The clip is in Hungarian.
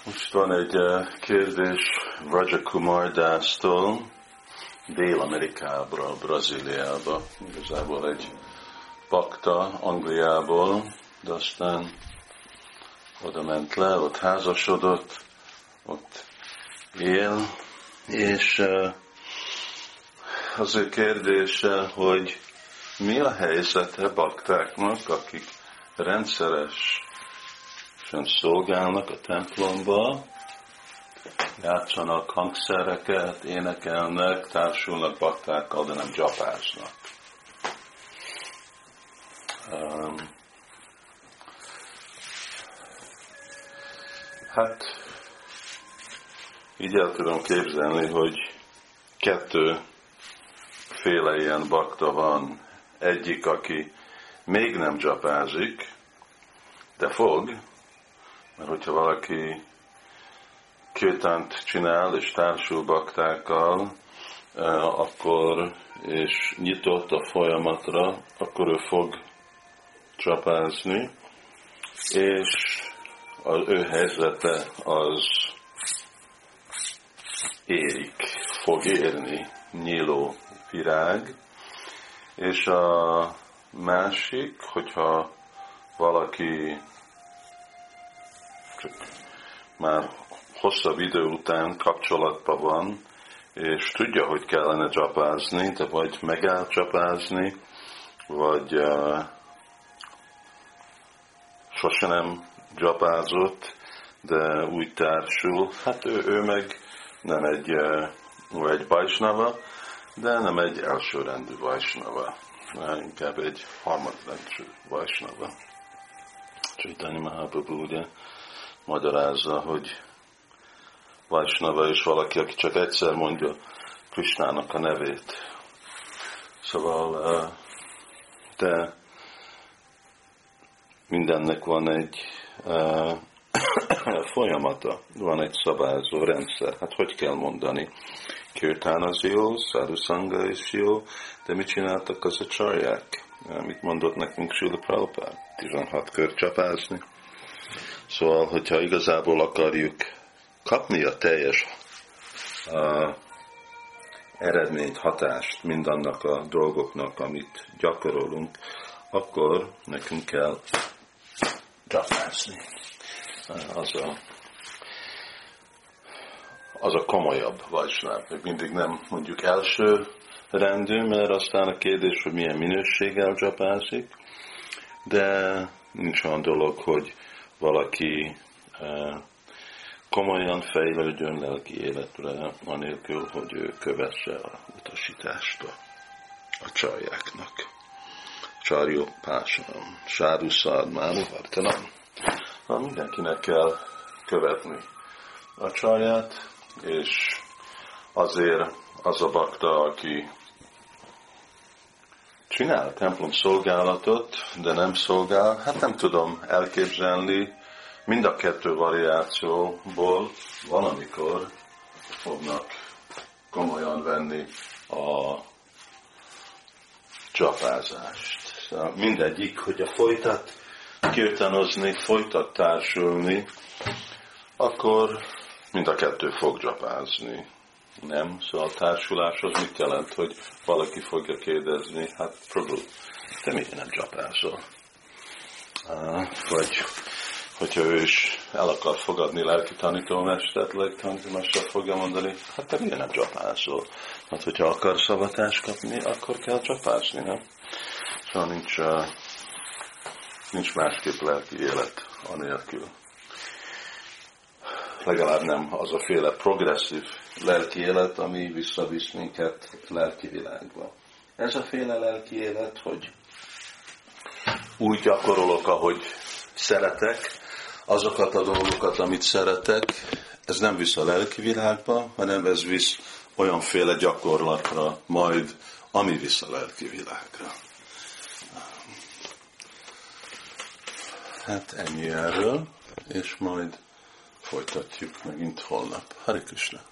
Most van egy kérdés Rajakumar Dásztól Dél-Amerikába, Brazíliába. Igazából egy bakta Angliából, de aztán oda ment le, ott házasodott, ott él, és az ő kérdése, hogy mi a helyzete baktáknak, akik rendszeresen szolgálnak a templomba, játszanak hangszereket, énekelnek, társulnak baktákkal, de nem dzsapáznak. Hát így el tudom képzelni, hogy kettőféle ilyen bakta van. Egyik, aki még nem dzsapázik, de fog, mert hogyha valaki kirtánt csinál és társul baktákkal, akkor, és nyitott a folyamatra, akkor ő fog csapázni, és az ő helyzete az fog érni, nyíló virág, és a másik, hogyha valaki csak már hosszabb idő után kapcsolatban van, és tudja, hogy kellene csapázni, de vagy megáll csapázni, vagy sose nem csapázott, de úgy társul. Hát ő meg nem egy vajsnava, de nem egy elsőrendű vajsnava, inkább egy harmadrendű vajsnava. Chaitanya Mahaprabhu ugye magyarázza, hogy vajsnava és valaki, aki csak egyszer mondja Krisnának a nevét. Szóval, de mindennek van egy folyamata, van egy szabályozó rendszer. Hát hogy kell mondani? Kirtán az jó, Sadhusanga is jó, de mit csináltak az a csarják? Mit mondott nekünk Srila Prabhupád? 16 kör csapázni. Szóval, hogyha igazából akarjuk kapni a teljes eredményt, hatást mindannak a dolgoknak, amit gyakorolunk, akkor nekünk kell csapázni. Az a komolyabb vajsnáv. Még mindig nem mondjuk első rendű, mert aztán a kérdés, hogy milyen minőséggel csapázik, de nincs olyan dolog, hogy valaki komolyan fejlődjön lelki életre, anélkül, hogy ő kövesse a utasítást a csarjáknak. Csarjó pásanam, sáruszád máruvartanam. Mindenkinek kell követni a csarját, és azért az a bakta, aki csinál templom szolgálatot, de nem szolgál, hát nem tudom elképzelni, mind a kettő variációból van, amikor fognak komolyan venni a csapázást. Szóval mindegyik, hogyha folytat kirtanozni, folytat társulni, akkor mind a kettő fog csapázni. Nem? Szóval a társulás az mit jelent, hogy valaki fogja kérdezni, hát Prabhu, te miért nem csapázol? Vagy hogyha ő is el akar fogadni lelki tanítómestert, lelki tanítómester fogja mondani, hát te miért nem csapázol? Hát hogyha akar szavatást kapni, akkor kell csapázni, nem? Szóval nincs másképp lelki élet anélkül. Legalább nem az a féle progresszív lelki élet, ami visszavisz minket lelki világba. Ez a féle lelki élet, hogy úgy gyakorolok, ahogy szeretek, azokat a dolgokat, amit szeretek, ez nem visz a lelki világba, hanem ez visz olyanféle gyakorlatra majd, ami visz a lelki világra. Hát ennyi erről, és majd folytatjuk megint holnap. Hare Krishna!